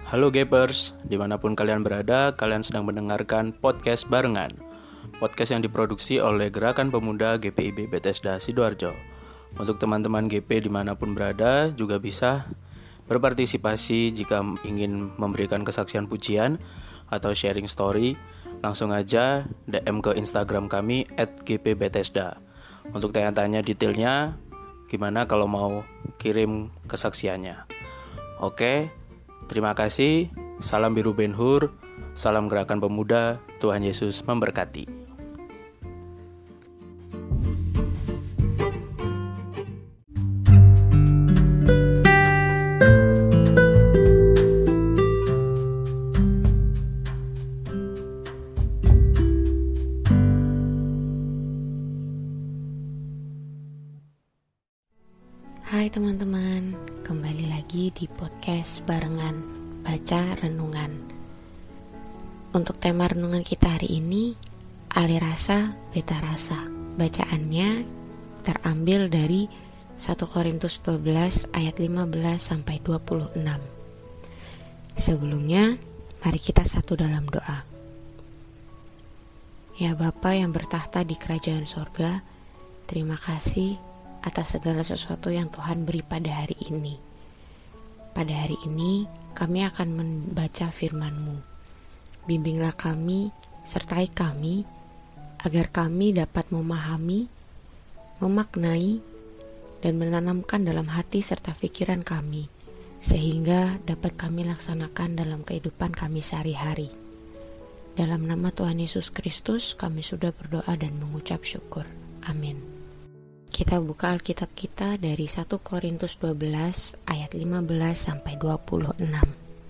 Halo Gapers, dimanapun kalian berada, kalian sedang mendengarkan podcast barengan. Podcast yang diproduksi oleh Gerakan Pemuda GPIB Bethesda Sidoarjo. Untuk teman-teman GP dimanapun berada, juga bisa berpartisipasi jika ingin memberikan kesaksian pujian atau sharing story. Langsung aja DM ke Instagram kami @gpbethesda. Untuk tanya-tanya detailnya, gimana kalau mau kirim kesaksiannya. Oke. Terima kasih, salam biru Ben Hur, salam Gerakan Pemuda, Tuhan Yesus memberkati. Hai teman-teman, kembali lagi di podcast barengan Baca Renungan. Untuk tema renungan kita hari ini, alih rasa, beta rasa. Bacaannya terambil dari 1 Korintus 12 ayat 15-26. Sebelumnya, mari kita satu dalam doa. Ya Bapa yang bertahta di kerajaan sorga, terima kasih atas segala sesuatu yang Tuhan beri pada hari ini. Pada hari ini, kami akan membaca firman-Mu. Bimbinglah kami, sertai kami, agar kami dapat memahami, memaknai, dan menanamkan dalam hati serta pikiran kami, sehingga dapat kami laksanakan dalam kehidupan kami sehari-hari. Dalam nama Tuhan Yesus Kristus, kami sudah berdoa dan mengucap syukur. Amin. Kita buka Alkitab kita dari 1 Korintus 12 ayat 15-26.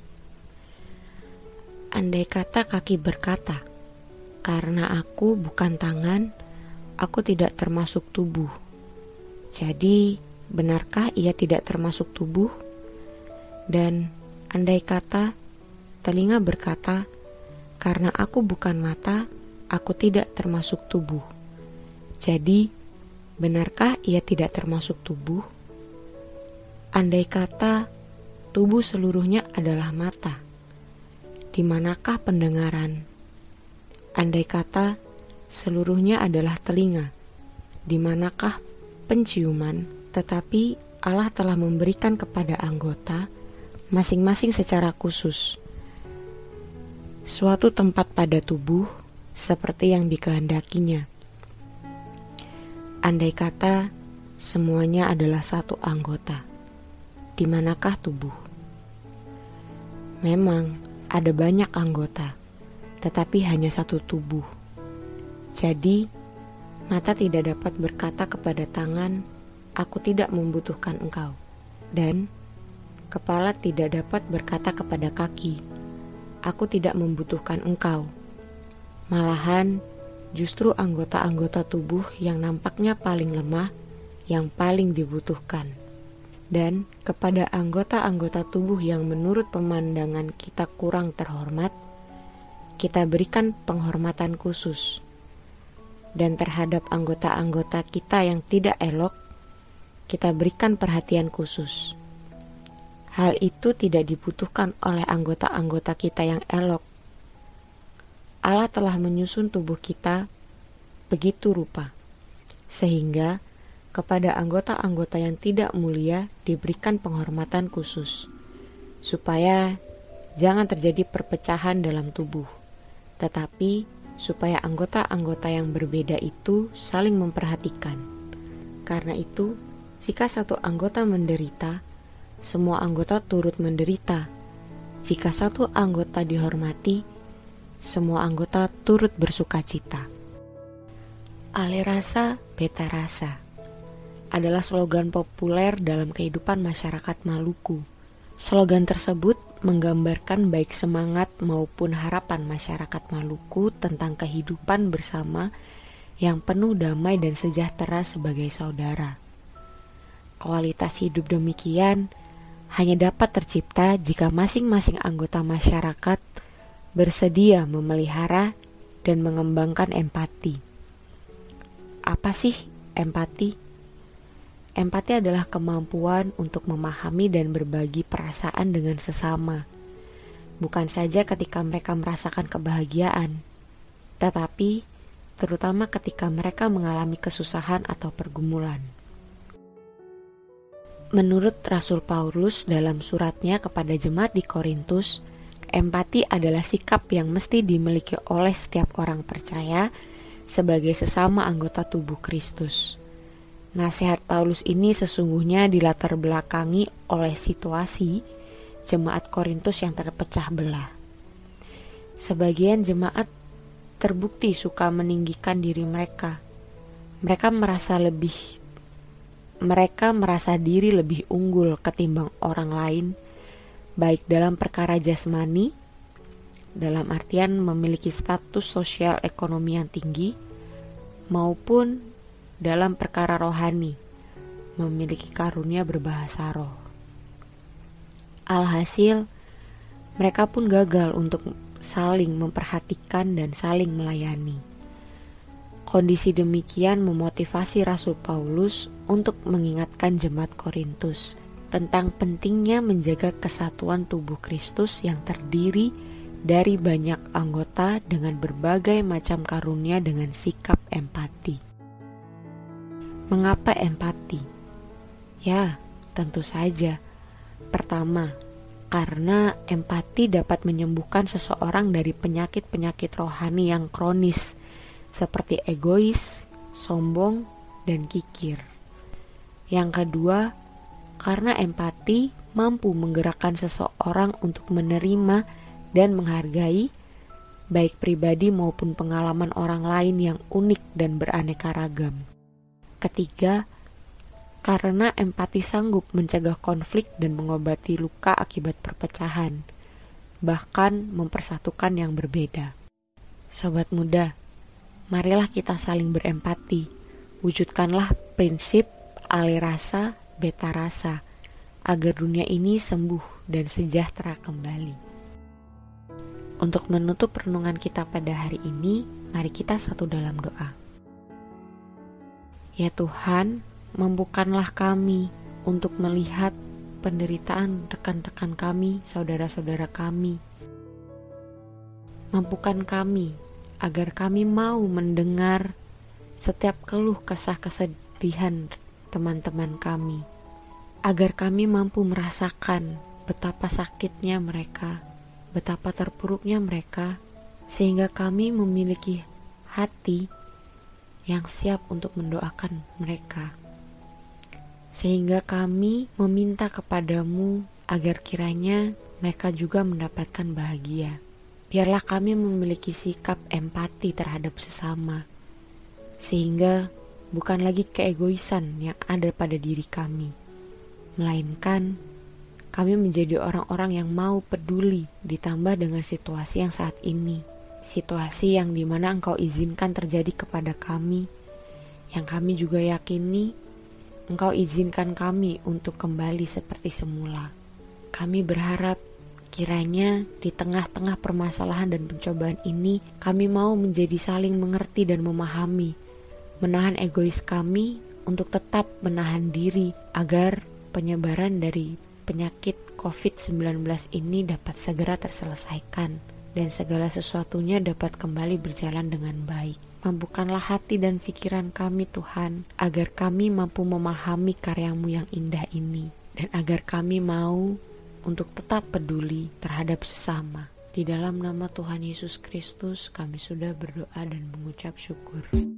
Andai kata kaki berkata, karena aku bukan tangan, aku tidak termasuk tubuh. Jadi, benarkah ia tidak termasuk tubuh? Dan andai kata telinga berkata, karena aku bukan mata, aku tidak termasuk tubuh. Jadi, benarkah ia tidak termasuk tubuh? Andai kata tubuh seluruhnya adalah mata, di manakah pendengaran? Andai kata seluruhnya adalah telinga, di manakah penciuman? Tetapi Allah telah memberikan kepada anggota masing-masing secara khusus suatu tempat pada tubuh seperti yang dikehendakinya. Andai kata semuanya adalah satu anggota, di manakah tubuh? Memang ada banyak anggota, tetapi hanya satu tubuh. Jadi, mata tidak dapat berkata kepada tangan, aku tidak membutuhkan engkau. Dan kepala tidak dapat berkata kepada kaki, aku tidak membutuhkan engkau. Malahan, justru anggota-anggota tubuh yang nampaknya paling lemah yang paling dibutuhkan. Dan kepada anggota-anggota tubuh yang menurut pemandangan kita kurang terhormat, kita berikan penghormatan khusus. Dan terhadap anggota-anggota kita yang tidak elok, kita berikan perhatian khusus. Hal itu tidak dibutuhkan oleh anggota-anggota kita yang elok. Allah telah menyusun tubuh kita begitu rupa, sehingga kepada anggota-anggota yang tidak mulia diberikan penghormatan khusus, supaya jangan terjadi perpecahan dalam tubuh, tetapi supaya anggota-anggota yang berbeda itu saling memperhatikan. Karena itu, jika satu anggota menderita, semua anggota turut menderita. Jika satu anggota dihormati, semua anggota turut bersukacita. Alih rasa, beta rasa adalah slogan populer dalam kehidupan masyarakat Maluku. Slogan tersebut menggambarkan baik semangat maupun harapan masyarakat Maluku tentang kehidupan bersama yang penuh damai dan sejahtera sebagai saudara. Kualitas hidup demikian hanya dapat tercipta jika masing-masing anggota masyarakat bersedia memelihara dan mengembangkan empati. Apa sih empati? Empati adalah kemampuan untuk memahami dan berbagi perasaan dengan sesama. bukan saja ketika mereka merasakan kebahagiaan, tetapi terutama ketika mereka mengalami kesusahan atau pergumulan. Menurut Rasul Paulus dalam suratnya kepada jemaat di Korintus, empati adalah sikap yang mesti dimiliki oleh setiap orang percaya sebagai sesama anggota tubuh Kristus. Nasihat Paulus ini sesungguhnya dilatar belakangi oleh situasi jemaat Korintus yang terpecah belah. Sebagian jemaat terbukti suka meninggikan diri mereka. Mereka merasa diri lebih unggul ketimbang orang lain, baik dalam perkara jasmani, dalam artian memiliki status sosial ekonomi yang tinggi, maupun dalam perkara rohani, memiliki karunia berbahasa roh. Alhasil, mereka pun gagal untuk saling memperhatikan dan saling melayani. Kondisi demikian memotivasi Rasul Paulus untuk mengingatkan jemaat Korintus tentang pentingnya menjaga kesatuan tubuh Kristus yang terdiri dari banyak anggota dengan berbagai macam karunia dengan sikap empati. Mengapa empati? Ya, tentu saja. Pertama, karena empati dapat menyembuhkan seseorang dari penyakit-penyakit rohani yang kronis seperti egois, sombong, dan kikir. Yang kedua, karena empati mampu menggerakkan seseorang untuk menerima dan menghargai baik pribadi maupun pengalaman orang lain yang unik dan beraneka ragam. Ketiga, karena empati sanggup mencegah konflik dan mengobati luka akibat perpecahan, bahkan mempersatukan yang berbeda. Sobat muda, marilah kita saling berempati. Wujudkanlah prinsip alih rasa, beta rasa, agar dunia ini sembuh dan sejahtera kembali. Untuk menutup renungan kita pada hari ini, mari kita satu dalam doa. Ya Tuhan, mampukanlah kami untuk melihat penderitaan rekan-rekan kami, saudara-saudara kami. Mampukan kami agar kami mau mendengar setiap keluh kesah kesedihan teman-teman kami, agar kami mampu merasakan betapa sakitnya mereka, betapa terpuruknya mereka, sehingga kami memiliki hati yang siap untuk mendoakan mereka. Sehingga kami meminta kepadamu agar kiranya mereka juga mendapatkan bahagia. Biarlah kami memiliki sikap empati terhadap sesama, sehingga bukan lagi keegoisan yang ada pada diri kami, melainkan kami menjadi orang-orang yang mau peduli ditambah dengan situasi yang saat ini, situasi yang dimana Engkau izinkan terjadi kepada kami, yang kami juga yakini Engkau izinkan kami untuk kembali seperti semula. Kami berharap kiranya di tengah-tengah permasalahan dan pencobaan ini, kami mau menjadi saling mengerti dan memahami, menahan egois kami untuk tetap menahan diri agar penyebaran dari penyakit COVID-19 ini dapat segera terselesaikan dan segala sesuatunya dapat kembali berjalan dengan baik. Mampukanlah hati dan pikiran kami Tuhan, agar kami mampu memahami karya-Mu yang indah ini, dan agar kami mau untuk tetap peduli terhadap sesama. Di dalam nama Tuhan Yesus Kristus kami sudah berdoa dan mengucap syukur.